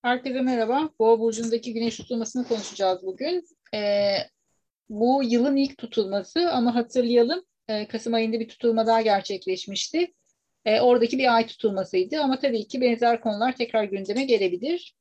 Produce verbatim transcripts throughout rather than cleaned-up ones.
Herkese merhaba. Boğa burcundaki güneş tutulmasını konuşacağız bugün. Ee, bu yılın ilk tutulması ama hatırlayalım e, Kasım ayında bir tutulma daha gerçekleşmişti. E, oradaki bir ay tutulmasıydı ama tabii ki benzer konular tekrar gündeme gelebilir.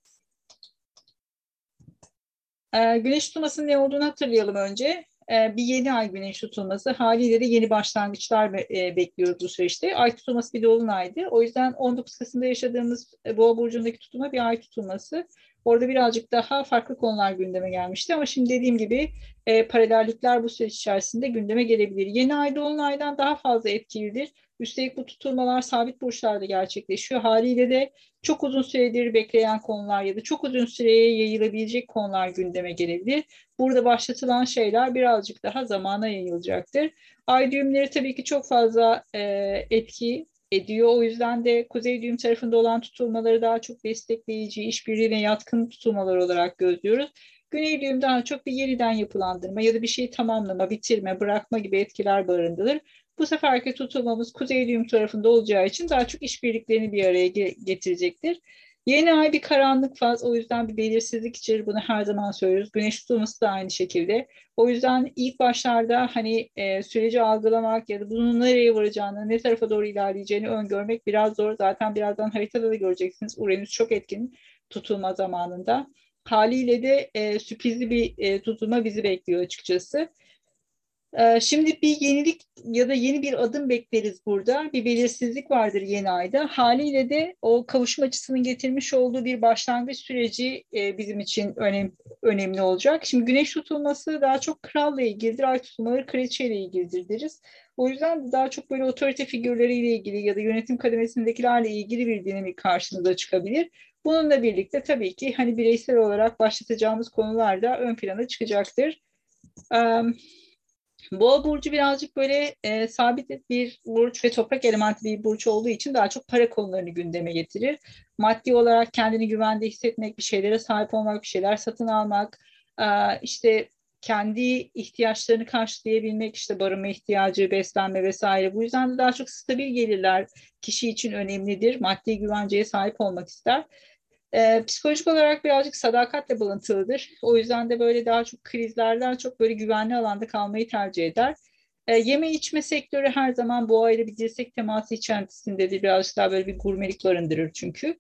E, güneş tutulmasının ne olduğunu hatırlayalım önce. E, bir yeni ay güneş tutulması. Haliyle de yeni başlangıçlar be- e, bekliyoruz bu süreçte. Ay tutulması bir dolunaydı. O yüzden on dokuz Kasım'da yaşadığımız e, Boğa burcundaki tutulma bir ay tutulması. Orada birazcık daha farklı konular gündeme gelmişti ama şimdi dediğim gibi e, paralellikler bu süreç içerisinde gündeme gelebilir. Yeni ay dolunaydan daha fazla etkilidir. Üstelik bu tutulmalar sabit burçlarda gerçekleşiyor. Haliyle de çok uzun süredir bekleyen konular ya da çok uzun süreye yayılabilecek konular gündeme gelebilir. Burada başlatılan şeyler birazcık daha zamana yayılacaktır. Ay düğümleri tabii ki çok fazla e, etki ediyor. O yüzden de kuzey düğüm tarafında olan tutulmaları daha çok destekleyici, işbirliğine yatkın tutulmalar olarak gözlüyoruz. Güney düğüm daha çok bir yeniden yapılandırma ya da bir şeyi tamamlama, bitirme, bırakma gibi etkiler barındırır. Bu seferki tutulmamız kuzey düğüm tarafında olacağı için daha çok işbirliklerini bir araya ge- getirecektir. Yeni ay bir karanlık faz, o yüzden bir belirsizlik içerir. Bunu her zaman söylüyoruz. Güneş tutulması da aynı şekilde. O yüzden ilk başlarda hani e, süreci algılamak ya da bunun nereye varacağını, ne tarafa doğru ilerleyeceğini öngörmek biraz zor. Zaten birazdan haritada da göreceksiniz. Uranüs çok etkin tutulma zamanında. Haliyle de e, sürprizli bir e, tutulma bizi bekliyor açıkçası. Ee, Şimdi bir yenilik ya da yeni bir adım bekleriz burada. Bir belirsizlik vardır yeni ayda. Haliyle de o kavuşma açısının getirmiş olduğu bir başlangıç süreci e, bizim için önem, önemli olacak. Şimdi güneş tutulması daha çok kralla ilgilidir. Ay tutulmaları kraliçeyle ilgilidir deriz. O yüzden daha çok böyle otorite figürleriyle ilgili ya da yönetim kademesindekilerle ilgili bir dinamik karşımıza çıkabilir. Bununla birlikte tabii ki hani bireysel olarak başlatacağımız konular da ön plana çıkacaktır. Boğa burcu birazcık böyle e, sabit bir burç ve toprak elementi bir burç olduğu için daha çok para konularını gündeme getirir. Maddi olarak kendini güvende hissetmek, bir şeylere sahip olmak, bir şeyler satın almak, e, işte kendi ihtiyaçlarını karşılayabilmek, işte barınma ihtiyacı, beslenme vesaire. Bu yüzden de daha çok stabil gelirler kişi için önemlidir. Maddi güvenceye sahip olmak ister. Ee, psikolojik olarak birazcık sadakatle bağlantılıdır. O yüzden de böyle daha çok krizlerden çok böyle güvenli alanda kalmayı tercih eder. Ee, yeme içme sektörü her zaman boğa ile bir dirsek teması içerisindedir. Birazcık daha böyle bir gurmelik barındırır çünkü.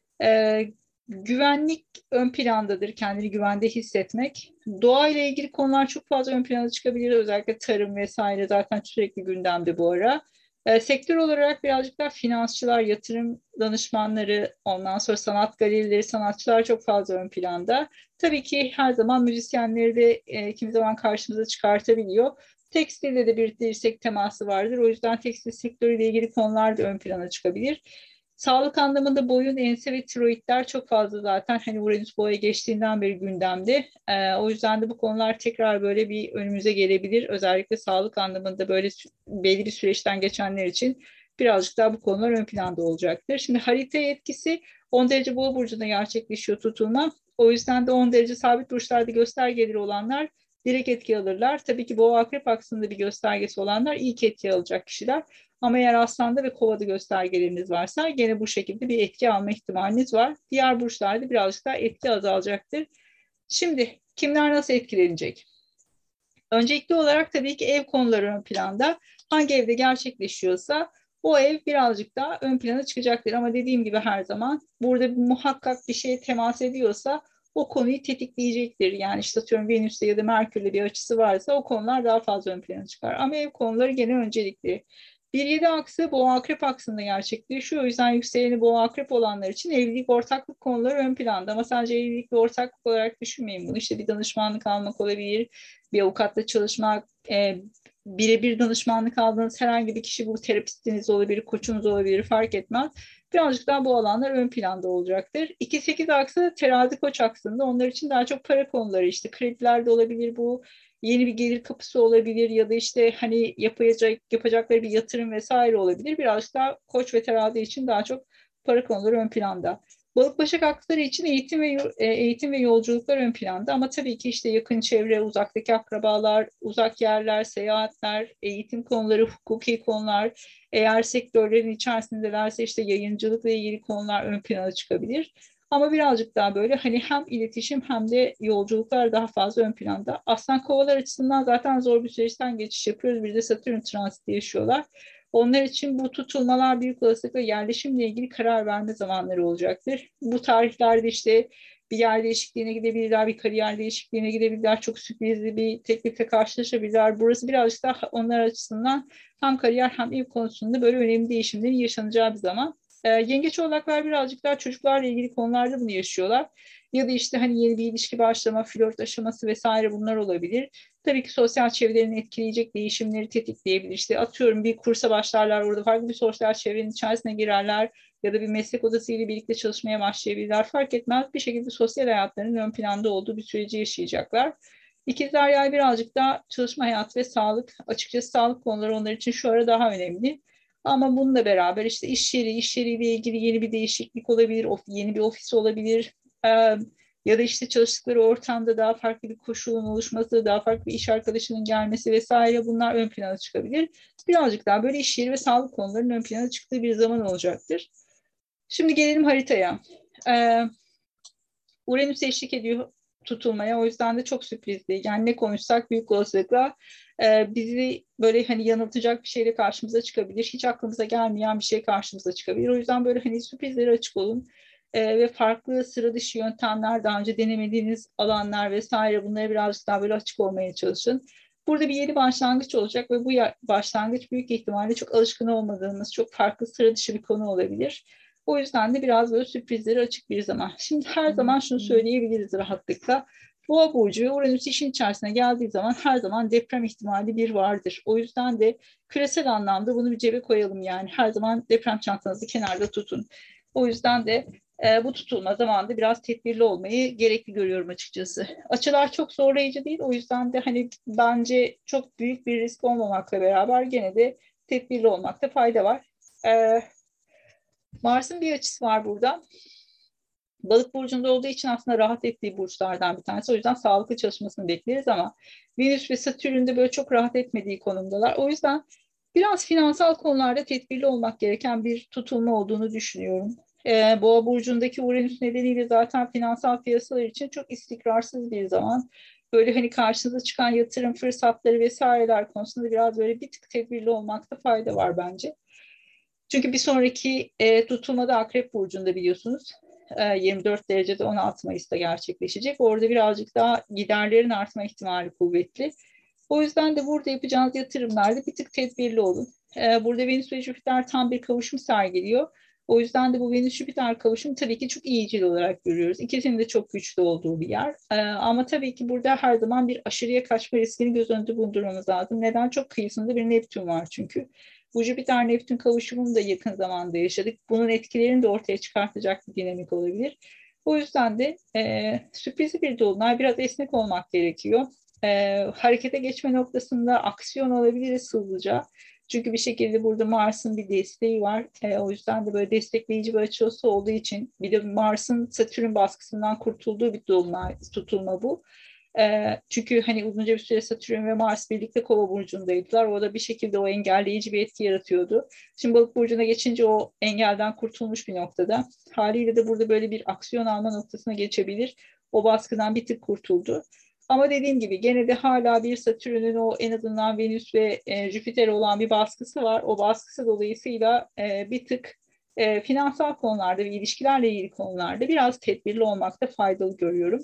Ee, Güvenlik ön plandadır. Kendini güvende hissetmek. Doğa ile ilgili konular çok fazla ön plana çıkabilir. Özellikle tarım vesaire zaten sürekli gündemde bu ara. E, sektör olarak birazcık daha finansçılar, yatırım danışmanları, ondan sonra sanat galerileri, sanatçılar çok fazla ön planda. Tabii ki her zaman müzisyenleri de e, kimi zaman karşımıza çıkartabiliyor. Tekstilde de bir dirsek teması vardır. O yüzden tekstil sektörüyle ilgili konular da ön plana çıkabilir. Sağlık anlamında boyun, ense ve tiroidler çok fazla zaten hani Uranüs boğaya geçtiğinden beri gündemde. Ee, o yüzden de bu konular tekrar böyle bir önümüze gelebilir. Özellikle sağlık anlamında böyle sü- belli bir süreçten geçenler için birazcık daha bu konular ön planda olacaktır. Şimdi harita etkisi on derece boğa burcunda gerçekleşiyor tutulma. O yüzden de on derece sabit burçlarda göstergeleri olanlar direkt etki alırlar. Tabii ki boğa akrep aksında bir göstergesi olanlar ilk etki alacak kişiler. Ama eğer aslanda ve kovada göstergeleriniz varsa gene bu şekilde bir etki alma ihtimaliniz var. Diğer burçlarda birazcık daha etki azalacaktır. Şimdi kimler nasıl etkilenecek? Öncelikli olarak tabii ki ev konuları ön planda. Hangi evde gerçekleşiyorsa o ev birazcık daha ön plana çıkacaktır. Ama dediğim gibi her zaman burada bir muhakkak bir şeye temas ediyorsa o konuyu tetikleyecektir. Yani işte atıyorum Venüs'te ya da Merkür'le bir açısı varsa o konular daha fazla ön plana çıkar. Ama ev konuları gene öncelikli. Bir yedi aksı boğa akrep aksında gerçekleşiyor. O yüzden yükseleni boğa akrep olanlar için evlilik ortaklık konuları ön planda. Ama sadece evlilik ve ortaklık olarak düşünmeyin bunu. İşte bir danışmanlık almak olabilir, bir avukatla çalışmak, e, birebir danışmanlık aldığınız herhangi bir kişi, bu terapistiniz olabilir, koçunuz olabilir, fark etmez. Birazcık daha bu alanlar ön planda olacaktır. iki sekiz aksı terazi koç aksında onlar için daha çok para konuları, işte krediler de olabilir bu, yeni bir gelir kapısı olabilir ya da işte hani yapacak, yapacakları bir yatırım vesaire olabilir. Birazcık daha koç ve terazi için daha çok para konuları ön planda. Balık başak aksları için eğitim ve e, eğitim ve yolculuklar ön planda ama tabii ki işte yakın çevre, uzaktaki akrabalar, uzak yerler, seyahatler, eğitim konuları, hukuki konular, eğer sektörlerin içerisindelerse işte yayıncılıkla ilgili konular ön plana çıkabilir. Ama birazcık daha böyle hani hem iletişim hem de yolculuklar daha fazla ön planda. Aslan kovalar açısından zaten zor bir süreçten geçiş yapıyoruz. Bir de Satürn transiti yaşıyorlar. Onlar için bu tutulmalar büyük olasılıkla yerleşimle ilgili karar verme zamanları olacaktır. Bu tarihlerde işte bir yer değişikliğine gidebilirler, bir kariyer değişikliğine gidebilirler, çok sürprizli bir teklifle karşılaşabilirler. Burası birazcık daha onlar açısından hem kariyer hem ev konusunda böyle önemli değişimlerin yaşanacağı bir zaman. E, yengeç oğlaklar birazcık daha çocuklarla ilgili konularda bunu yaşıyorlar. Ya da işte hani yeni bir ilişki başlama, flört aşaması vesaire bunlar olabilir. Tabii ki sosyal çevrelerini etkileyecek değişimleri tetikleyebilir. İşte atıyorum bir kursa başlarlar, orada farklı bir sosyal çevrenin içerisine girerler ya da bir meslek odasıyla birlikte çalışmaya başlayabilirler. Fark etmez, bir şekilde sosyal hayatlarının ön planda olduğu bir süreci yaşayacaklar. İkizler Yay birazcık daha çalışma hayatı ve sağlık. Açıkçası sağlık konuları onlar için şu ara daha önemli. Ama bununla beraber işte iş yeri, iş yeriyle ilgili yeni bir değişiklik olabilir, yeni bir ofis olabilir. Ee, Ya da işte çalıştıkları ortamda daha farklı bir koşulun oluşması, daha farklı bir iş arkadaşının gelmesi vesaire bunlar ön plana çıkabilir. Birazcık daha böyle iş yeri ve sağlık konularının ön plana çıktığı bir zaman olacaktır. Şimdi gelelim haritaya. Ee, Uranüs eşlik ediyor tutulmaya. O yüzden de çok sürprizli. Yani ne konuşsak büyük olasılıkla e, bizi böyle hani yanıltacak bir şeyle karşımıza çıkabilir. Hiç aklımıza gelmeyen bir şey karşımıza çıkabilir. O yüzden böyle hani sürprizlere açık olun. E, ve farklı sıra dışı yöntemler, daha önce denemediğiniz alanlar vesaire bunlara birazcık daha böyle açık olmaya çalışın. Burada bir yeni başlangıç olacak ve bu başlangıç büyük ihtimalle çok alışkın olmadığımız, çok farklı sıra dışı bir konu olabilir. O yüzden de biraz böyle sürprizleri açık bir zaman. Şimdi her zaman şunu söyleyebiliriz rahatlıkla. Boğa burcu ve Uranüs işin içerisine geldiği zaman her zaman deprem ihtimali bir vardır. O yüzden de küresel anlamda bunu bir cebe koyalım yani. Her zaman deprem çantanızı kenarda tutun. O yüzden de e, bu tutulma zamanında biraz tedbirli olmayı gerekli görüyorum açıkçası. Açılar çok zorlayıcı değil. O yüzden de hani bence çok büyük bir risk olmamakla beraber gene de tedbirli olmakta fayda var. E, Mars'ın bir açısı var burada. Balık burcunda olduğu için aslında rahat ettiği burçlardan bir tanesi. O yüzden sağlıklı çalışmasını bekleriz ama Venüs ve Satürn'de böyle çok rahat etmediği konumdalar. O yüzden biraz finansal konularda tedbirli olmak gereken bir tutulma olduğunu düşünüyorum. Ee, Boğa burcundaki Uranüs nedeniyle zaten finansal piyasalar için çok istikrarsız bir zaman. Böyle hani karşınıza çıkan yatırım fırsatları vesaireler konusunda biraz böyle bir tık tedbirli olmakta fayda var bence. Çünkü bir sonraki e, tutulmada Akrep Burcu'nda biliyorsunuz. E, yirmi dört derecede on altı Mayıs'ta gerçekleşecek. Orada birazcık daha giderlerin artma ihtimali kuvvetli. O yüzden de burada yapacağınız yatırımlarda bir tık tedbirli olun. E, burada Venüs ve Jüpiter tam bir kavuşum sergiliyor. O yüzden de bu Venüs-Jüpiter kavuşumu tabii ki çok iyicil olarak görüyoruz. İkisinin de çok güçlü olduğu bir yer. E, ama tabii ki burada her zaman bir aşırıya kaçma riskini göz önünde bulundurmamız lazım. Neden? Çok kıyısında bir Neptün var çünkü. Bu Jüpiter-Neptün kavuşumunu da yakın zamanda yaşadık. Bunun etkilerini de ortaya çıkartacak bir dinamik olabilir. O yüzden de e, sürprizi bir dolunay, biraz esnek olmak gerekiyor. E, harekete geçme noktasında aksiyon alabiliriz hızlıca. Çünkü bir şekilde burada Mars'ın bir desteği var. E, o yüzden de böyle destekleyici bir açısı olduğu için bir de Mars'ın Satürn baskısından kurtulduğu bir dolunay tutulma bu. E, çünkü hani uzunca bir süre Satürn ve Mars birlikte Kova burcundaydılar. O da bir şekilde o engelleyici bir etki yaratıyordu. Şimdi Balık burcuna geçince o engelden kurtulmuş bir noktada. Haliyle de burada böyle bir aksiyon alma noktasına geçebilir. O baskıdan bir tık kurtuldu. Ama dediğim gibi gene de hala bir Satürn'ün o en azından Venüs ve e, Jüpiter olan bir baskısı var. O baskısı dolayısıyla e, bir tık e, finansal konularda ve ilişkilerle ilgili konularda biraz tedbirli olmakta faydalı görüyorum.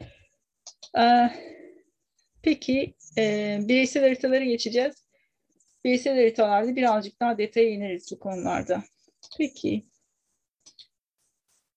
E, peki e, bireysel haritalara geçeceğiz. Bireysel haritalarda birazcık daha detaya ineriz bu konularda. Peki.